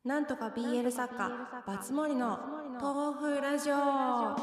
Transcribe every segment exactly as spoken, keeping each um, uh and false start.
なんとか ビーエル 作家バツモリの豆腐ラジオ。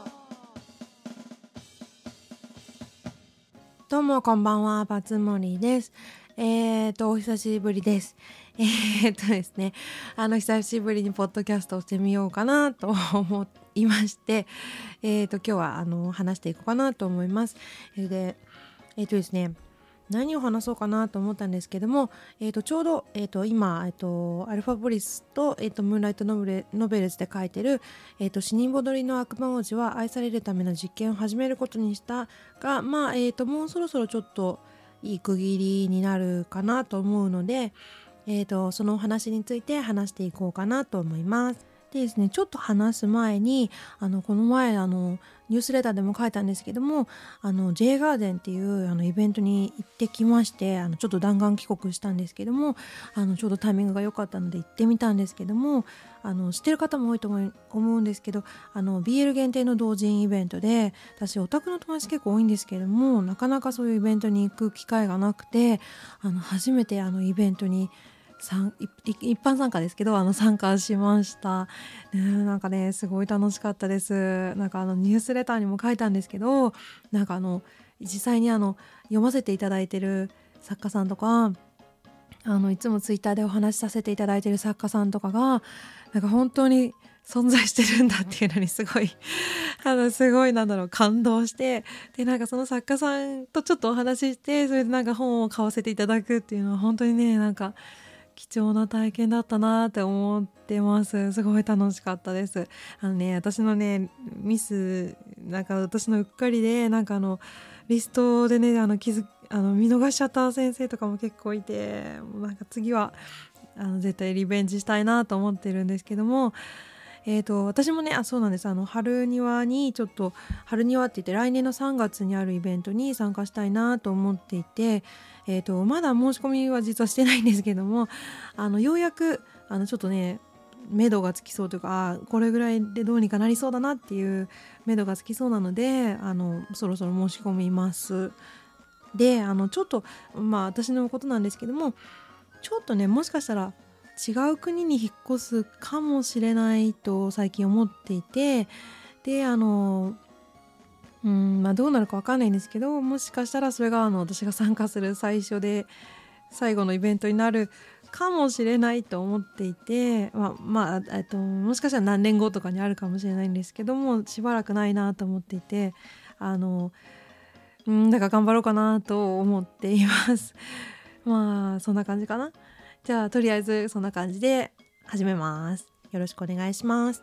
どうもこんばんは、バツモリです。えーとお久しぶりです。えーとですねあの久しぶりにポッドキャストをしてみようかなと思いまして、えーと今日はあの話していこうかなと思います。でえーとですね何を話そうかなと思ったんですけども、えー、とちょうど、えー、と今、えー、とアルファボリスと、えー、とムーンライトノベルノベルズで書いてる、えー、と死に戻りの悪魔王子は愛されるための実験を始めることにしたが、まあえー、ともうそろそろちょっといい区切りになるかなと思うので、えー、とそのお話について話していこうかなと思います。でですね、ちょっと話す前にあのこの前あのニュースレターでも書いたんですけども、あの J ガーデンっていうあのイベントに行ってきまして、あのちょっと弾丸帰国したんですけども、あのちょうどタイミングが良かったので行ってみたんですけども、あの知ってる方も多いと思い思うんですけど、あの ビーエル 限定の同人イベントで、私オタクの友達結構多いんですけども、なかなかそういうイベントに行く機会がなくて、あの初めてあのイベントに一般参加ですけどあの参加しました。うんなんかねすごい楽しかったです。なんかあのニュースレターにも書いたんですけど、なんかあの実際にあの読ませていただいてる作家さんとか、あのいつもツイッターでお話しさせていただいてる作家さんとかがなんか本当に存在してるんだっていうのにすごいあのすごいなんだろう感動して、でなんかその作家さんとちょっとお話しして、それでなんか本を買わせていただくっていうのは本当にねなんか貴重な体験だったなって思ってます。すごい楽しかったです。あのね私のねミスなんか私のうっかりでなんかあのリストでねあの気づあの見逃しちゃった先生とかも結構いて、もうなんか次はあの絶対リベンジしたいなと思ってるんですけども、えーと私もねあそうなんですあの春庭にちょっと春庭って言って来年のさんがつにあるイベントに参加したいなと思っていて、えーとまだ申し込みは実はしてないんですけども、あのようやくあのちょっとね目処がつきそうというか、あこれぐらいでどうにかなりそうだなっていう目処がつきそうなので、あのそろそろ申し込みます。であのちょっとまあ私のことなんですけども、ちょっとねもしかしたら違う国に引っ越すかもしれないと最近思っていて、であのうんまあどうなるか分かんないんですけど、もしかしたらそれがあの私が参加する最初で最後のイベントになるかもしれないと思っていて、まあ、まあ、えっともしかしたら何年後とかにあるかもしれないんですけども、しばらくないなと思っていて、あのうんだから頑張ろうかなと思っていますまあそんな感じかな。じゃあとりあえずそんな感じで始めます。よろしくお願いします。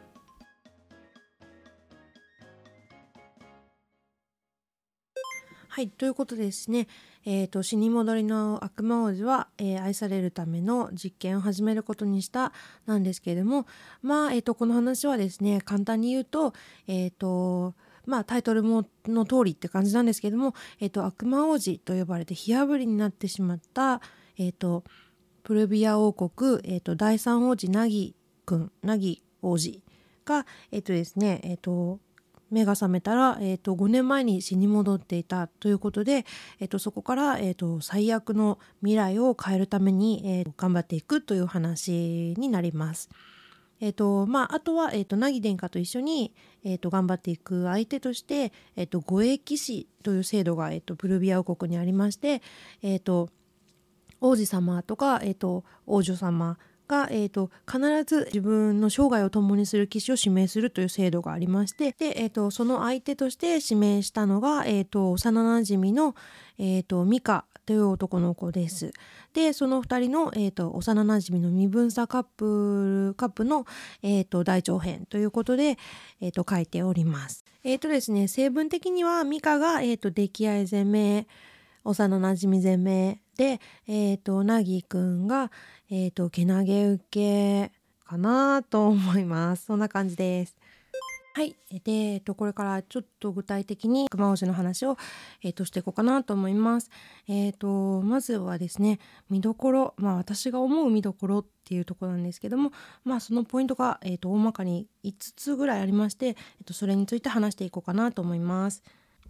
はい、ということでですね、えーと、死に戻りの悪魔王子は、えー愛されるための実験を始めることにしたなんですけれども、まあ、えーと、この話はですね、簡単に言うと、えーと、まあ、タイトルもの通りって感じなんですけども、えーと、悪魔王子と呼ばれて火あぶりになってしまった、えーと、プルビア王国、えーと、第三王子ナギ君、ナギ王子が、えーとですね、えーと、目が覚めたら、えー、とごねんまえに死に戻っていたということで、えー、とそこから、えー、と最悪の未来を変えるために、えー、頑張っていくという話になります。えーとまあ、あとは、えー、と凪殿下と一緒に、えー、と頑張っていく相手として、えー、と護衛騎士という制度が、えー、とプルビア王国にありまして、えー、と王子様とか、えー、と王女様が、えー、と必ず自分の生涯を共にする騎士を指名するという制度がありまして、で、えー、とその相手として指名したのが、えー、と幼なじみの、えー、とミカという男の子です。でそのふたりの、えー、と幼なじみの身分差カップカップの、えー、と大長編ということで、えー、と書いております。えーとですね、成分的にはミカが、えー、と溺愛攻め、幼なじみ攻めで、えー、となぎくんが、えー、とけなげ受けかなと思います。そんな感じです。はい。で、えっと、これからちょっと具体的に熊王子の話を、えっと、していこうかなと思います。えっと、まずはですね、見どころ、まあ私が思う見どころっていうところなんですけども、まあそのポイントが、えっと、大まかにいつつぐらいありまして、えっと、それについて話していこうかなと思います。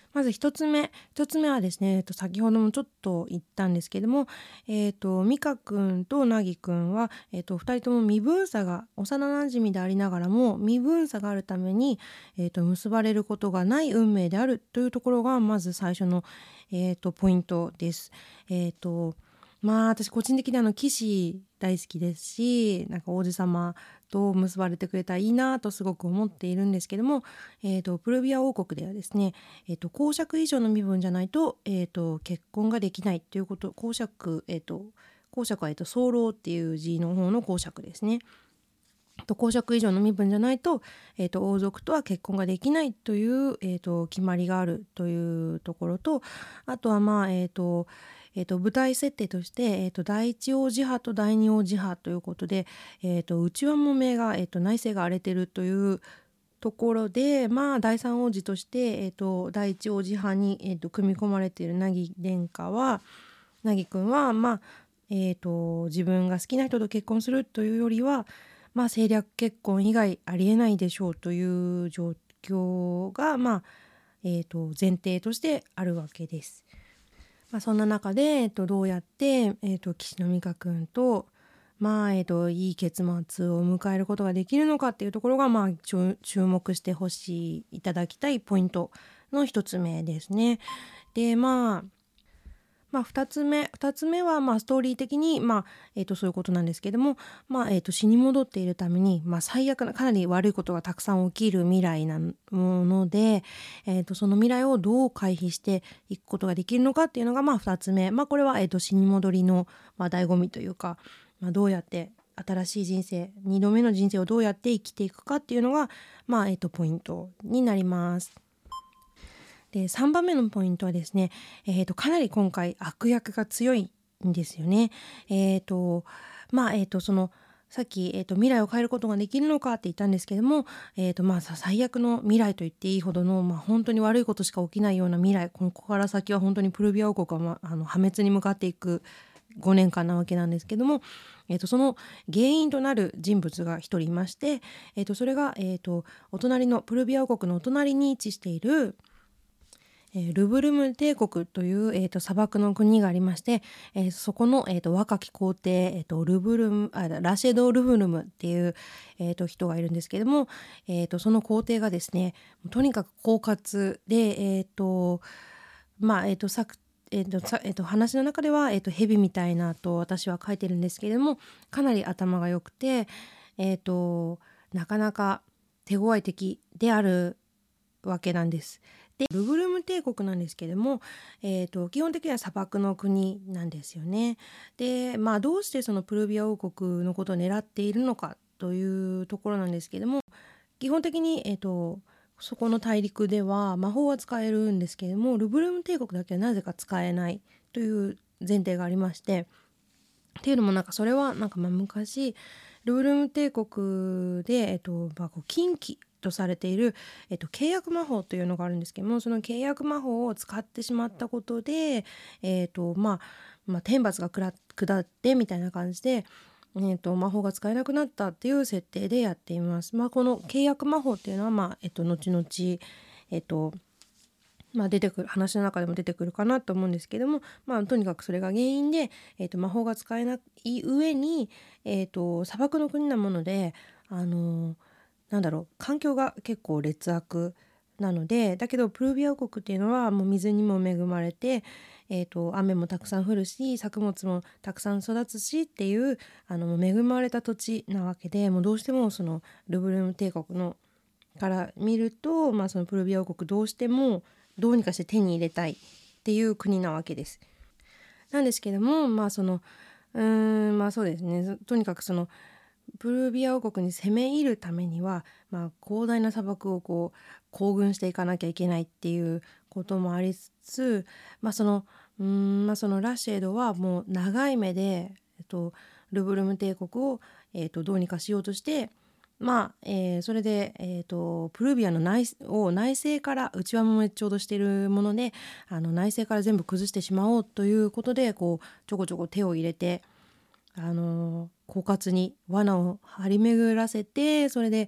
まず一つ目一つ目はですね、えっと、先ほどもちょっと言ったんですけども、えっと、美香くんとなぎくんは、えっと、ふたりとも身分差が幼なじみでありながらも身分差があるために、えっと、結ばれることがない運命であるというところがまず最初の、えっと、ポイントです。えっとまあ私個人的にあの騎士大好きですし、なんか王子様と結ばれてくれたらいいなとすごく思っているんですけども、えー、とプルビア王国ではですね、えー、と公爵以上の身分じゃないと,、えー、と結婚ができないということ。公爵、えー、と公爵は、えー、と早漏っていう字の方の公爵ですね。と公爵以上の身分じゃないと、えー、と王族とは結婚ができないという、えー、と決まりがあるというところと、あとはまあえっ、とえー、と舞台設定として、えー、と第一王子派と第二王子派ということで、えー、と内輪もめが、えー、と内政が荒れてるというところで、まあ第三王子として、えー、と第一王子派に、えー、と組み込まれている凪殿下は凪くんは、まあえー、と自分が好きな人と結婚するというよりは、まあ、政略結婚以外ありえないでしょうという状況が、まあえー、と前提としてあるわけです。まあ、そんな中で、えっと、どうやって、えっと、岸野美香くんと、まあえっと、いい結末を迎えることができるのかっていうところが、まあ、注目してほしいいただきたいポイントの一つ目ですね。でまあまあ、ふたつめふたつめはまあストーリー的に、まあえー、とそういうことなんですけども、まあえー、と死に戻っているために、まあ、最悪なかなり悪いことがたくさん起きる未来なもので、えー、とその未来をどう回避していくことができるのかっていうのがまあふたつめ、まあ、これは、えー、と死に戻りの、まあ、醍醐味というか、まあ、どうやって新しい人生にどめの人生をどうやって生きていくかっていうのが、まあえー、とポイントになります。でさんばんめのポイントはですね、えー、とかなり今回悪役が強いんですよね。えーとまあえーとそのさっき、えーと未来を変えることができるのかって言ったんですけども、えーとまあ、最悪の未来と言っていいほどの、まあ、本当に悪いことしか起きないような未来、ここから先は本当にプルビア王国は、まあ、あの破滅に向かっていくごねんかんなわけなんですけども、えー、とその原因となる人物が一人いまして、えー、とそれが、えー、とお隣のプルビア王国のお隣に位置しているえールブルム帝国という、えーと砂漠の国がありまして、えーそこの、えーと若き皇帝、えーとルブルムあラシェド・ルブルムっていう、えーと人がいるんですけども、えーとその皇帝がですね、とにかく狡猾で、えーとまあえーとさえーとさえーと話の中では、えーと蛇みたいなと私は書いてるんですけれども、かなり頭が良くて、えーとなかなか手強い敵であるわけなんです。でルブルム帝国なんですけれども、えー、と基本的には砂漠の国なんですよね。でまあどうしてそのプルビア王国のことを狙っているのかというところなんですけれども、基本的に、えー、とそこの大陸では魔法は使えるんですけれども、ルブルム帝国だけはなぜか使えないという前提がありまして、っていうのもなんかそれはなんかまあ昔ルブルム帝国で、えっとまあ、こう禁忌とされている、えっと、契約魔法というのがあるんですけども、その契約魔法を使ってしまったことで、えっとまあまあ、天罰が下下ってみたいな感じで、えー、と魔法が使えなくなったっていう設定でやっています。まあ、この契約魔法っていうのは、まあえっと、後々、えっとまあ、出てくる話の中でも出てくるかなと思うんですけども、まあ、とにかくそれが原因で、えー、と魔法が使えない上に、えー、と砂漠の国なもので、あのーなんだろう環境が結構劣悪なので、だけどプルビア王国っていうのはもう水にも恵まれて、えー、と雨もたくさん降るし作物もたくさん育つしっていうあの恵まれた土地なわけで、もうどうしてもそのルブルム帝国のから見ると、まあ、そのプルビア王国どうしてもどうにかして手に入れたいっていう国なわけです。なんですけども、まあそのうーんまあそうですね、とにかくそのプルビア王国に攻め入るためには、まあ、広大な砂漠をこう行軍していかなきゃいけないっていうこともありつつ、まあそのうーんまあそのラシェードはもう長い目で、えっと、ルブルム帝国を、えっと、どうにかしようとして、まあえーそれで、えー、とプルビアの内を内政から内輪もめちょうどしているもので、あの内政から全部崩してしまおうということで、こうちょこちょこ手を入れて、あの狡猾に罠を張り巡らせて、それで、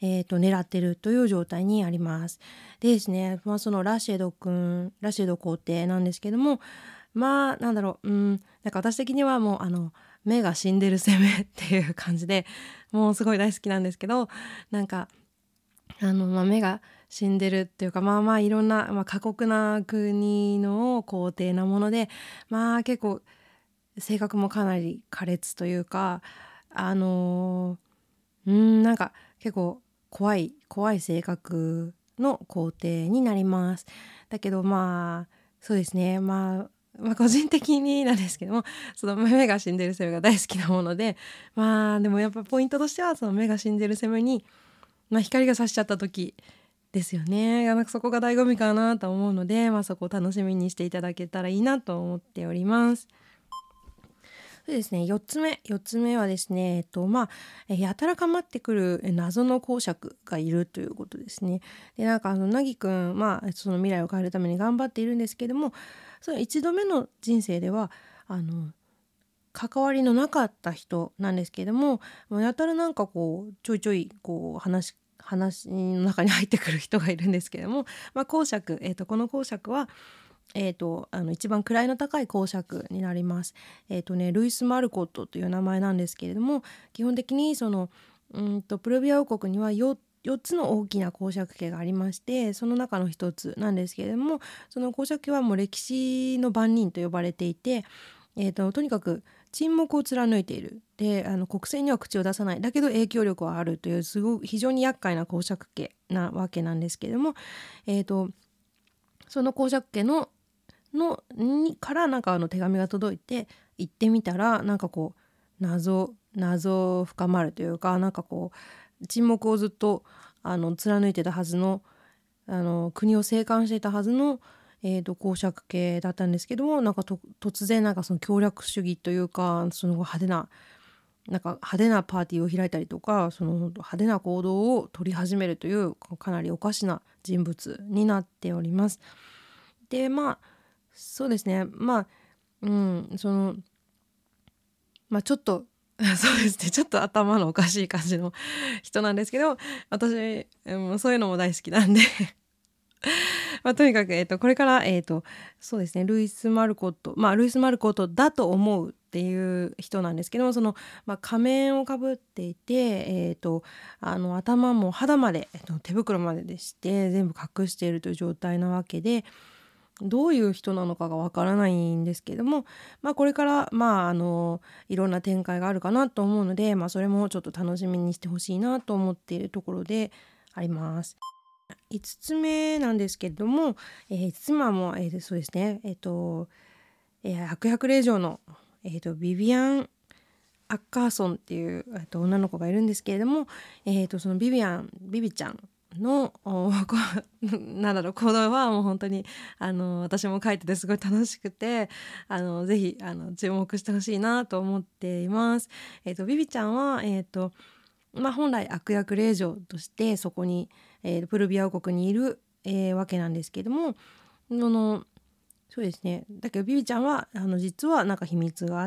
えーと、狙ってるという状態にあります。でですね、まあ、そのラシェド君ラシェド皇帝なんですけども、まあなんだろう、うん、なんか私的にはもうあの目が死んでる攻めっていう感じでもうすごい大好きなんですけど、なんかあの、まあ、目が死んでるっていうか、まあまあいろんな、まあ、過酷な国の皇帝なもので、まあ結構性格もかなり苛烈というか、あのー、うんなんか結構怖い怖い性格の皇帝になります。だけどまあそうですね、まあまあ個人的になんですけども、その目が死んでる攻めが大好きなもので、まあでもやっぱポイントとしてはその目が死んでる攻めに、まあ、光が差しちゃった時ですよね。なんかそこが醍醐味かなと思うので、まあ、そこを楽しみにしていただけたらいいなと思っております。そうですね、よっつめよっつめはですね、えっとまあ、えやたら構ってくるえ謎の公爵がいるということですね。でなんかあのなぎくん、まあ、その未来を変えるために頑張っているんですけども、その一度目の人生ではあの関わりのなかった人なんですけれども、やたらなんかこうちょいちょいこう話話の中に入ってくる人がいるんですけれども、まあ、公爵、えー、とこの公爵は、えー、とあの一番位の高い公爵になります。えーとね、ルイス・マルコットという名前なんですけれども、基本的にそのうんとプルビア王国には 4, 4つの大きな公爵家がありまして、その中の一つなんですけれども、その公爵家はもう歴史の番人と呼ばれていて、えー、ととにかく沈黙を貫いている。であの国政には口を出さない、だけど影響力はあるというすごく非常に厄介な公爵家なわけなんですけれども、えー、とその公爵家ののにからなんかあの手紙が届いて、行ってみたらなんかこう謎謎深まるというか、なんかこう沈黙をずっとあの貫いてたはずの、あの国を静観していたはずの、えー、と公爵系だったんですけども、なんかと突然なんかその協力主義というか、その派手ななんか派手なパーティーを開いたりとか、その派手な行動を取り始めるというかなりおかしな人物になっております。でまあそうですね、まあうんそのまあちょっとそうですね、ちょっと頭のおかしい感じの人なんですけど、私、うん、そういうのも大好きなんでまあ、とにかく、えー、とこれから、えー、とそうですねルイス・マルコット、まあ、ルイス・マルコットだと思うっていう人なんですけども、その、まあ、仮面をかぶっていて、えー、とあの頭も肌まで、えー、と手袋まででして全部隠しているという状態なわけで、どういう人なのかがわからないんですけども、まあ、これから、まあ、あのいろんな展開があるかなと思うので、まあ、それもちょっと楽しみにしてほしいなと思っているところであります。いつつめなんですけれども、えー、妻も、えー、そうですね、えっ、ー、と、えー、悪役令嬢の、えー、とビビアン・アッカーソンっていう、えー、と女の子がいるんですけれども、えー、とそのビビアンビビちゃんのなんだろう行動はもう本当にあの私も書いててすごい楽しくて、あのぜひあの注目してほしいなと思っています。えー、とビビちゃんは、えーとまあ、本来悪役令嬢としてそこに、えー、プルビア王国にいる、えー、わけなんですけども、そのそうですね、だけどビビちゃんはあの実はなんか秘密があって、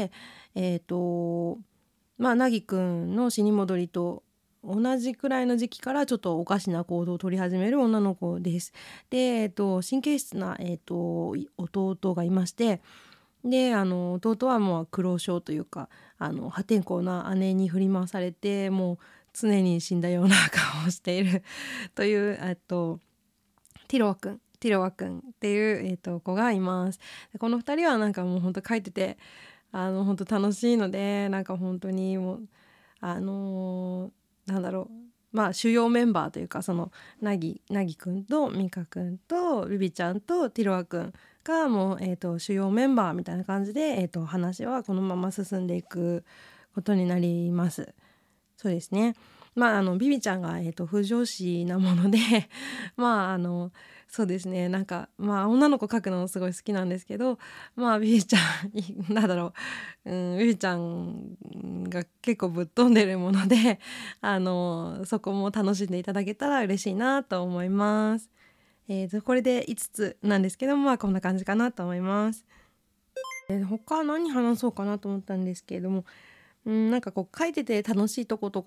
えっ、ー、とまあなぎくんの死に戻りと同じくらいの時期からちょっとおかしな行動を取り始める女の子です。で、えー、と神経質な、えー、と弟がいまして、であの弟はもう苦労症というか、あの破天荒な姉に振り回されて、もう常に死んだような顔をしているというえっとティロワくんティロワくんっていう、えっと、子がいます。でこのふたりはなんかもうほんと書いててあの本当楽しいので、なんか本当にもうあのーなんだろう、まあ主要メンバーというか、そのなぎなぎくんとみかくんとビビちゃんとティロワくんがもう、えー、と主要メンバーみたいな感じで、えー、と話はこのまま進んでいくことになります。そうですね、まああのビビちゃんが、えー、と不女子なものでまああのそうですね、なんかまあ女の子描くのすごい好きなんですけど、まあビビちゃんなんだろう、うん、ビビちゃんが結構ぶっ飛んでるものであのそこも楽しんでいただけたら嬉しいなと思います。えー、とこれでいつつなんですけども、まあこんな感じかなと思います。えー、他何話そうかなと思ったんですけれども、うん、なんかこう書いてて楽しいとことか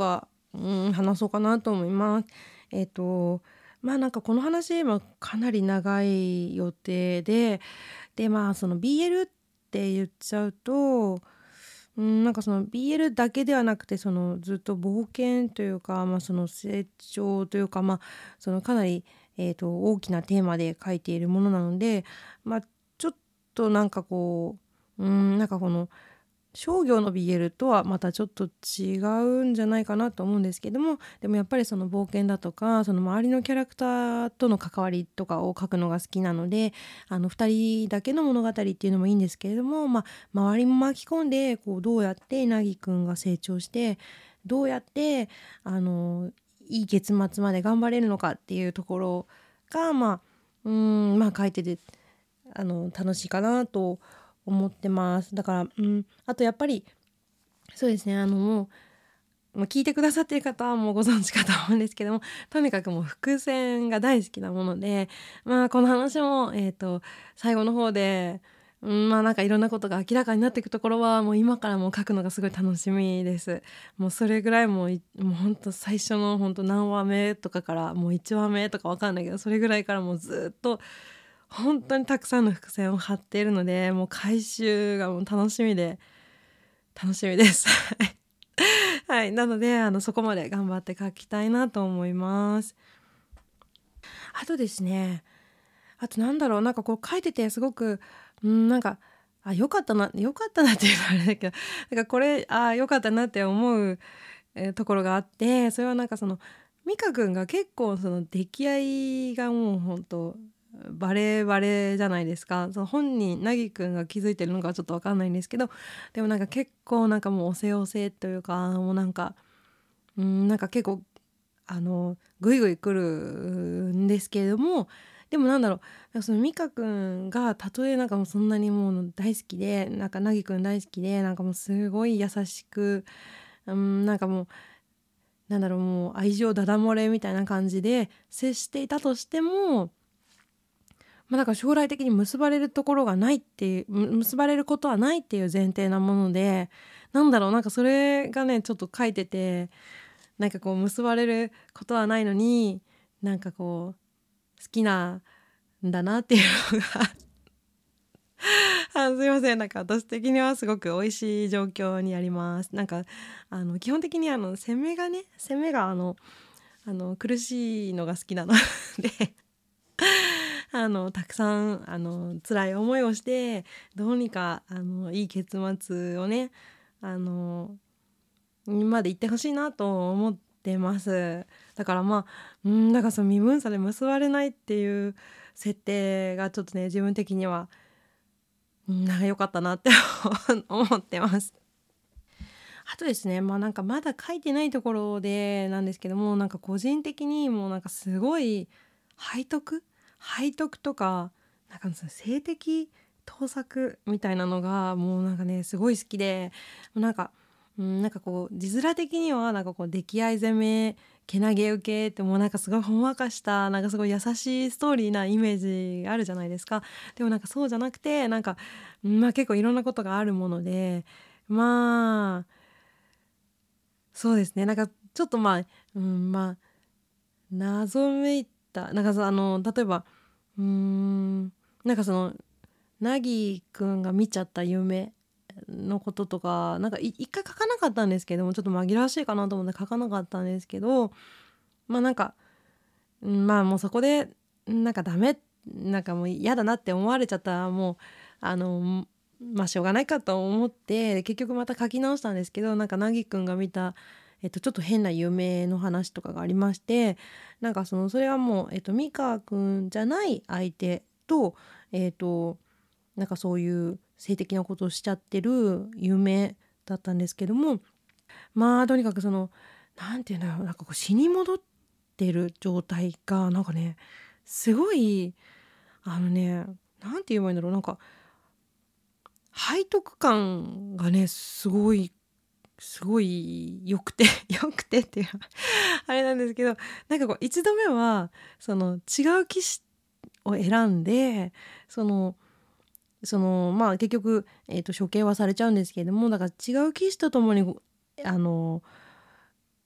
うん話そうかなと思います。えっ、とまあなんかこの話はかなり長い予定で、でまあその ビーエル って言っちゃうと、うん、なんかその ビーエル だけではなくて、そのずっと冒険というか、まあ、その成長というか、まあ、そのかなり、えーと、大きなテーマで書いているものなので、まあ、ちょっとなんかこう、うん、なんかこの商業の ビーエル とはまたちょっと違うんじゃないかなと思うんですけども、でもやっぱりその冒険だとか、その周りのキャラクターとの関わりとかを書くのが好きなので、あのふたりだけの物語っていうのもいいんですけれども、まあ、周りも巻き込んでこうどうやって凪くんが成長して、どうやってあのいい結末まで頑張れるのかっていうところが、まあうーんまあ書いててあの楽しいかなと思ってます。だから、うん、あとやっぱりそうですね、あのもう、まあ、聞いてくださっている方はもうご存知かと思うんですけども、とにかくもう伏線が大好きなもので、まあこの話も、えーと、最後の方で、うん、まあなんかいろんなことが明らかになっていくところはもう今からもう書くのがすごい楽しみです。もうそれぐらいもういもうほんと最初のほんと何話目とかからもういちわめとかわかんないけど、それぐらいからもうずっと本当にたくさんの伏線を張っているので、もう回収がもう楽しみで楽しみです。はい、なのであのそこまで頑張って書きたいなと思います。あとですね、あとなんだろう、なんかこう書いててすごく、うん、なんか、あ、良かったな良かったなっていうのはあれだけど、なんかこれ、あ、良かったなって思う、えーところがあって、それはなんかそのミカ君が結構その出来合いがもう本当バレバレじゃないですか。その本人凪くんが気づいてるのかはちょっと分かんないんですけど、でもなんか結構なんかもうおせおせというか、もうなんかうんなんか結構あのグイグイ来るんですけれども、でもなんだろう、その美香くんがたとえなんかもうそんなにもう大好きで、なんか凪くん大好きで、なんかもうすごい優しく、うんなんかもうなんだろう、もう愛情ダダ漏れみたいな感じで接していたとしても、まあ、だから将来的に結ばれるところがないっていうむ結ばれることはないっていう前提なもので、なんだろう、なんかそれがねちょっと書いてて、なんかこう結ばれることはないのに、なんかこう好きなんだなっていうのがあすいません、なんか私的にはすごく美味しい状況にあります。なんかあの基本的にあの攻めがね攻めがあのあの苦しいのが好きなのであのたくさんあの辛い思いをしてどうにかあのいい結末をねあのまで行ってほしいなと思ってます。だからまあうんだからその身分差で結ばれないっていう設定がちょっとね自分的にはうんなんか良かったなって思ってます。あとですね、まあなんかまだ書いてないところでなんですけども、なんか個人的にもうなんかすごい背徳背徳とか、なんかその性的盗作みたいなのがもうなんかねすごい好きで、なんか、うん、なんかこう字面的にはなんかこう溺愛攻めけなげ受けってもうなんかすごいほんわかしたなんかすごい優しいストーリーなイメージがあるじゃないですか。でもなんかそうじゃなくて、なんか、うんまあ結構いろんなことがあるもので、まあそうですね。なんかちょっとまあ、うん、まあ、謎めいた、なんかさ、あの、例えば、うーん、なんかその、なぎくんが見ちゃった夢のこととか、なんかい一回書かなかったんですけども、ちょっと紛らわしいかなと思って書かなかったんですけど、まあなんか、うん、まあもうそこで、なんかダメ、なんかもう嫌だなって思われちゃったら、もう、あの、まあしょうがないかと思って、結局また書き直したんですけど、なんかなぎくんが見た、えっと、ちょっと変な夢の話とかがありまして、なんかそのそれはもう、えっと、ミカくんじゃない相手と、えっと、なんかそういう性的なことをしちゃってる夢だったんですけども、まあとにかくそのなんていうんだろう、なんかこう死に戻ってる状態がなんかねすごいあのねなんて言えばいいんだろう、なんか背徳感がねすごいすごい良くて良くてっていうあれなんですけど、なんかこう一度目はその違う騎士を選んで、そのそのまあ結局、えー、と処刑はされちゃうんですけれども、だから違う騎士とともにあの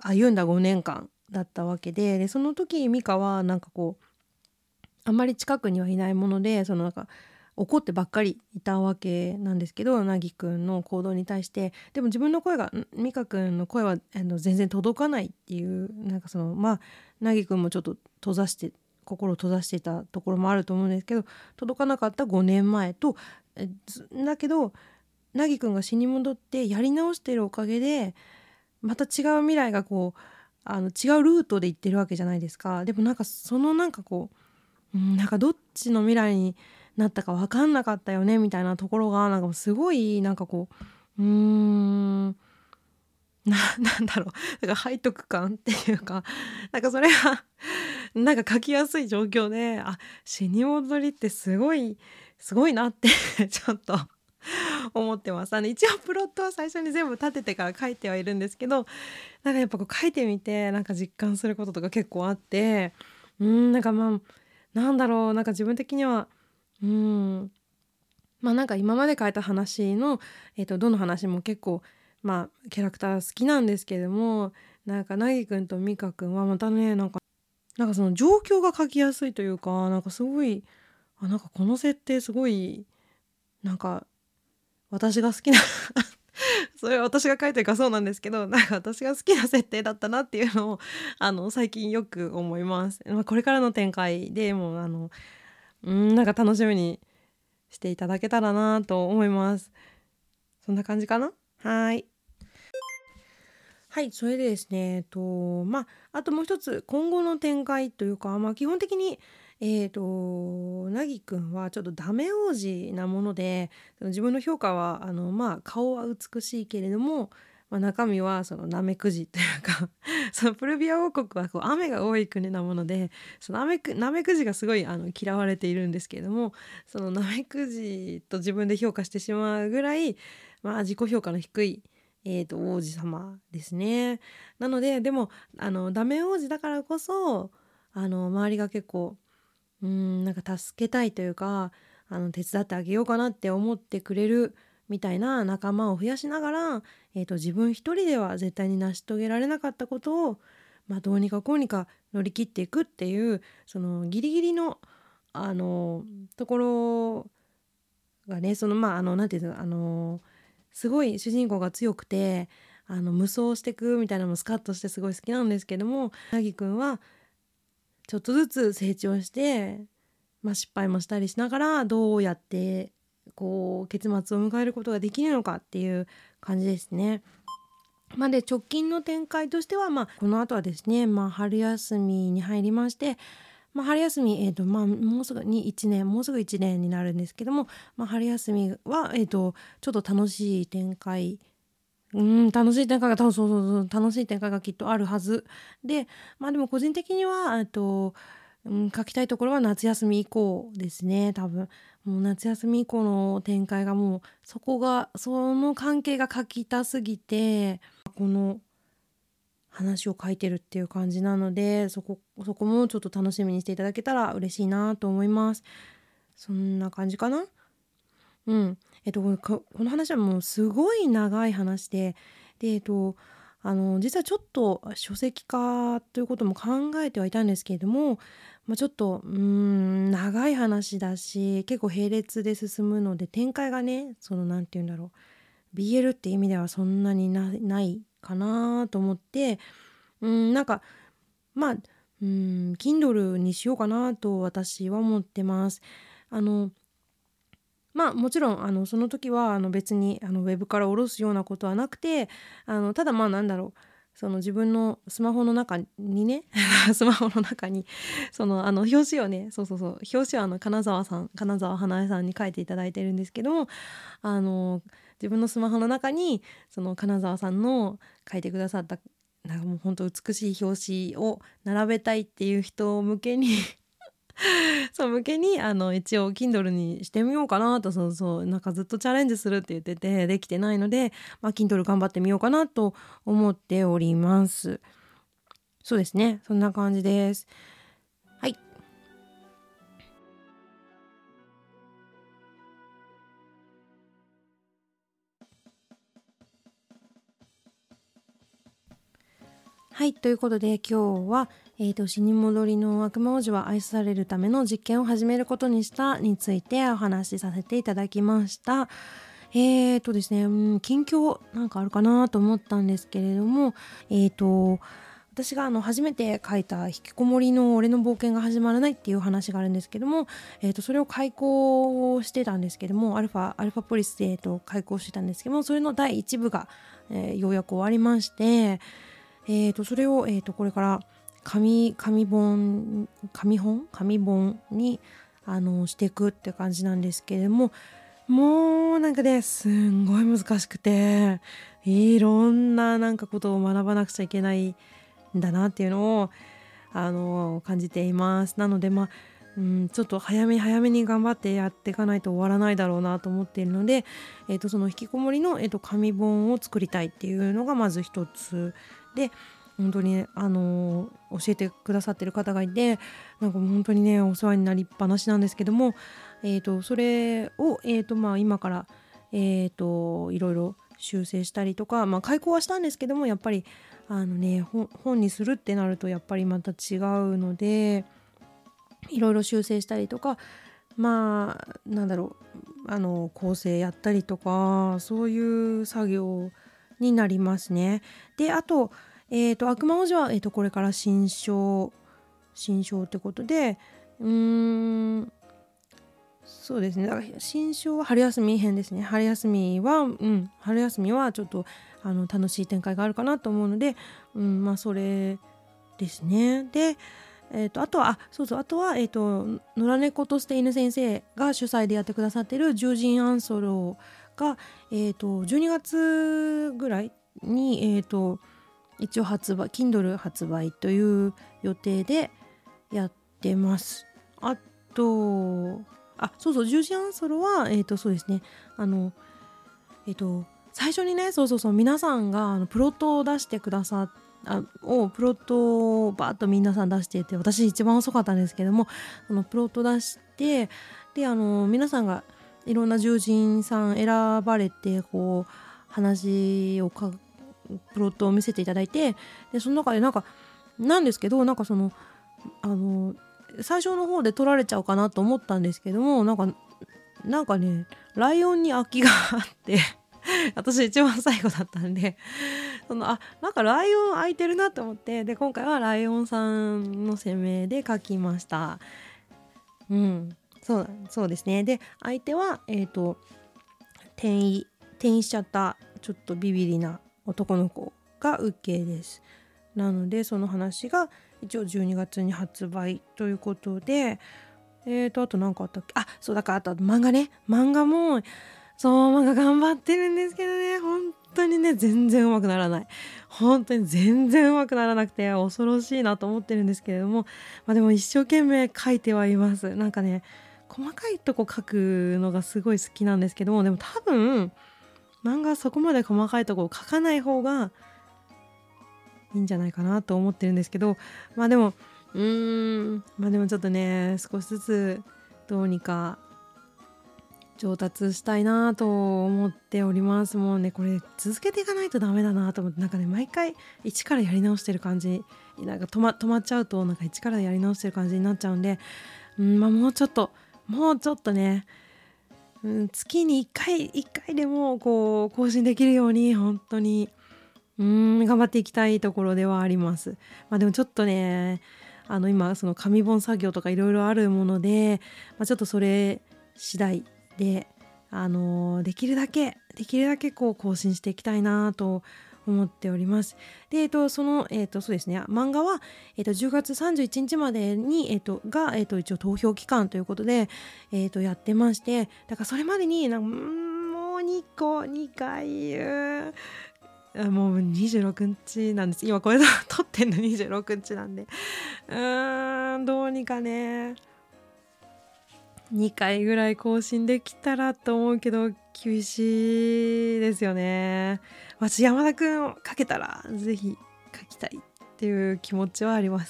歩んだごねんかんだったわけで、でその時ミカはなんかこうあんまり近くにはいないもので、そのなんか怒ってばっかりいたわけなんですけど、なぎくんの行動に対して。でも自分の声がんミカくんの声はあの全然届かないっていう、なんかそのまあなぎくんもちょっと閉ざして心を閉ざしていたところもあると思うんですけど、届かなかったごねんまえと、えずだけどなぎくんが死に戻ってやり直してるおかげで、また違う未来がこうあの違うルートで行ってるわけじゃないですか。でもなんかそのなんかこう、うん、なんかどっちの未来になったか分かんなかったよねみたいなところがなんかすごいなんかこううーんななんだろう、なんか背徳感っていうか、なんかそれがなんか書きやすい状況で、あ、死に戻りってすごいすごいなってちょっと思ってます。あの一応プロットは最初に全部立ててから書いてはいるんですけど、なんかやっぱこう書いてみてなんか実感することとか結構あって、うーんなんかまあなんだろう、なんか自分的にはうーんまあなんか今まで書いた話の、えー、とどの話も結構まあキャラクター好きなんですけれども、なんかなぎくんとみかくんはまたね、なんかなんかその状況が書きやすいというか、なんかすごい、あ、なんかこの設定すごいなんか私が好きなそれは私が書いてるからそうなんですけど、なんか私が好きな設定だったなっていうのをあの最近よく思います。まあ、これからの展開でもうあのうんなんか楽しみにしていただけたらなと思います。そんな感じかな。はい。はい、それでですね、えっと、まあ、あともう一つ、今後の展開というか、まあ、基本的に、えっと、なぎくんはちょっとダメ王子なもので、その自分の評価は、あの、まあ、顔は美しいけれども、まあ、中身はそのナメクジというかそのプルビア王国はこう雨が多い国なもので、そのナメクナメクジがすごいあの嫌われているんですけれども、そのナメクジと自分で評価してしまうぐらい、まあ、自己評価の低いえーと、王子様ですね。なので、でも、あの、ダメ王子だからこそ、あの、周りが結構、うーん、なんか助けたいというか、あの、手伝ってあげようかなって思ってくれるみたいな仲間を増やしながら、えーと、自分一人では絶対に成し遂げられなかったことを、まあ、どうにかこうにか乗り切っていくっていう、そのギリギリの、あの、ところがね、その、まあ、あの、なんていうの、あの、すごい主人公が強くて、あの無双していくみたいなのもスカッとしてすごい好きなんですけども、なぎくんはちょっとずつ成長して、まあ、失敗もしたりしながらどうやってこう結末を迎えることができるのかっていう感じですね。まあ、で直近の展開としては、まあ、この後はですね、まあ、春休みに入りまして、まあ、春休み、えーとまあ、もうすぐにいちねんもうすぐいちねんになるんですけども、まあ、春休みは、えーとちょっと楽しい展開うん楽しい展開が多分そうそうそう楽しい展開がきっとあるはずで、まあでも個人的にはえっと、うん、書きたいところは夏休み以降ですね。多分もう夏休み以降の展開がもうそこがその関係が書きたすぎてこの話を書いてるっていう感じなので、そこそこもちょっと楽しみにしていただけたら嬉しいなと思います。そんな感じかな。うん。えっと、ここの話はもうすごい長い話で、で、えっと、あの、実はちょっと書籍化ということも考えてはいたんですけれども、まあ、ちょっと、うーん、長い話だし、結構並列で進むので、展開がね、その、なんて言うんだろう、ビーエル って意味ではそんなになないかなと思って、うん、なんか、まあ、うん、Kindle にしようかなと私は思ってます。あの、まあもちろんあのその時はあの別にあのウェブから下ろすようなことはなくて、あのただまあなんだろう、その自分のスマホの中にねスマホの中にそのあの表紙をね、そうそうそう表紙はあの金沢さん金沢花江さんに書いていただいてるんですけども、あの自分のスマホの中にその金沢さんの書いてくださったなんかもう本当美しい表紙を並べたいっていう人向けにそう向けにあの一応 Kindle にしてみようかなと、そうそうなんかずっとチャレンジするって言っててできてないので、まあ、Kindle 頑張ってみようかなと思っております。そうですね、そんな感じです。はい。 はい、ということで今日は、えーと、死に戻りの悪魔王子は愛されるための実験を始めることにしたについてお話しさせていただきました。えーとですね、うん、近況なんかあるかなと思ったんですけれども、えーと私があの初めて書いた引きこもりの俺の冒険が始まらないっていう話があるんですけども、えー、とそれを開講してたんですけども、アルファアルファポリスで、えー、と開講してたんですけども、それのだいいち部が、えー、ようやく終わりまして、えー、とそれを、えー、とこれから紙紙本紙本紙本にあのしていくって感じなんですけれども、もうなんかねすんごい難しくて、いろんななんかことを学ばなくちゃいけないだなっていうのをあの感じています。なのでまあ、うん、ちょっと早め早めに頑張ってやっていかないと終わらないだろうなと思っているので、えー、とその引きこもりの、えー、と紙本を作りたいっていうのがまず一つで、本当に、ね、あの教えてくださってる方がいて、なんか本当にねお世話になりっぱなしなんですけども、えー、とそれを、えーとまあ、今から、えー、といろいろ修正したりとか、まあ、開講はしたんですけども、やっぱりあのね本にするってなるとやっぱりまた違うので、いろいろ修正したりとか、まあなんだろうあの構成やったりとか、そういう作業になりますね。であと,、えー、と悪魔王子は、えー、とこれから新章新章ってことで、うーんそうですね、だから新章は春休み編ですね。春休みは、うん、春休みはちょっとあの楽しい展開があるかなと思うので、うん、まあそれですね。で、えー、とあとはあそうそうあとは、えー、と野良猫として犬先生が主催でやってくださっている獣人アンソロが、えー、とじゅうにがつぐらいに、えー、と一応発売 Kindle 発売という予定でやってます。あとあそうそう獣人アンソロは、えー、とそうですねあのえっ、と最初にねそうそうそう皆さんがあのプロットを出してくださっあをプロットをバーッと皆さん出していて、私一番遅かったんですけども、そのプロット出してであの皆さんがいろんな獣人さん選ばれて、こう話をかプロットを見せていただいて、でその中でなんかなんですけどなんかそのあの最初の方で取られちゃうかなと思ったんですけども、なんかなんかねライオンに空きがあって私一番最後だったんで、そのあなんかライオン空いてるなと思って、で今回はライオンさんの攻めで書きました。うんそうそうですね。で相手はえっ、ー、と転移転移しちゃったちょっとビビリな男の子が受けです。なのでその話が一応じゅうにがつに発売ということで、えーとあと何かあったっけ、あそうだからあと漫画ね漫画もそう漫画頑張ってるんですけどね、本当にね全然うまくならない、本当に全然うまくならなくて恐ろしいなと思ってるんですけれども、まあ、でも一生懸命書いてはいます。なんかね細かいとこ書くのがすごい好きなんですけども、でも多分漫画そこまで細かいとこ書かない方がいいんじゃないかなと思ってるんですけど、まあでもうーんまあでもちょっとね少しずつどうにか上達したいなと思っております。もうねこれ続けていかないとダメだなと思って、なんかね毎回一からやり直してる感じ、なんか止ま、止まっちゃうとなんか一からやり直してる感じになっちゃうんで、うんまあもうちょっともうちょっとね、うん、月にいっかいいっかいでもこう更新できるように本当にうーん頑張っていきたいところではあります。まあでもちょっとねあの今その紙本作業とかいろいろあるもので、まあ、ちょっとそれ次第で、あのー、できるだけできるだけこう更新していきたいなと思っております。で、えっと、その、えっと、そうですね、漫画は、えっと、じゅうがつさんじゅういちにちまでに、えっと、が、えっと、一応投票期間ということで、えっと、やってまして、だからそれまでになんか、んもうにこ、にかい、うもうにじゅうろくにちなんです。今これ撮ってんのにじゅうろくにちなんで、うーん、どうにかね、にかいぐらい更新できたらと思うけど厳しいですよね。私山田くんを書けたらぜひ書きたいっていう気持ちはあります。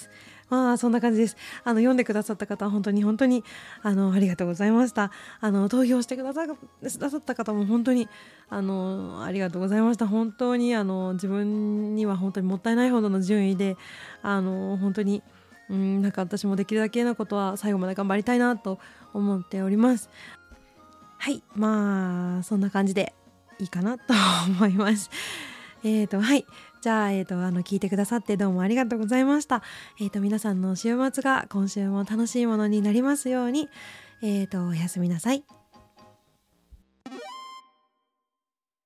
まあそんな感じです。あの読んでくださった方は本当に本当にあのありがとうございました。あの投票してくださくださった方も本当にあのありがとうございました。本当にあの自分には本当にもったいないほどの順位で、あの本当にうんなんか私もできるだけのことは最後まで頑張りたいなと思っております。はい、まあそんな感じでいいかなと思います。えーとはい、じゃあ、えーとあの聞いてくださってどうもありがとうございました。えーと皆さんの週末が今週も楽しいものになりますように。えーとおやすみなさい。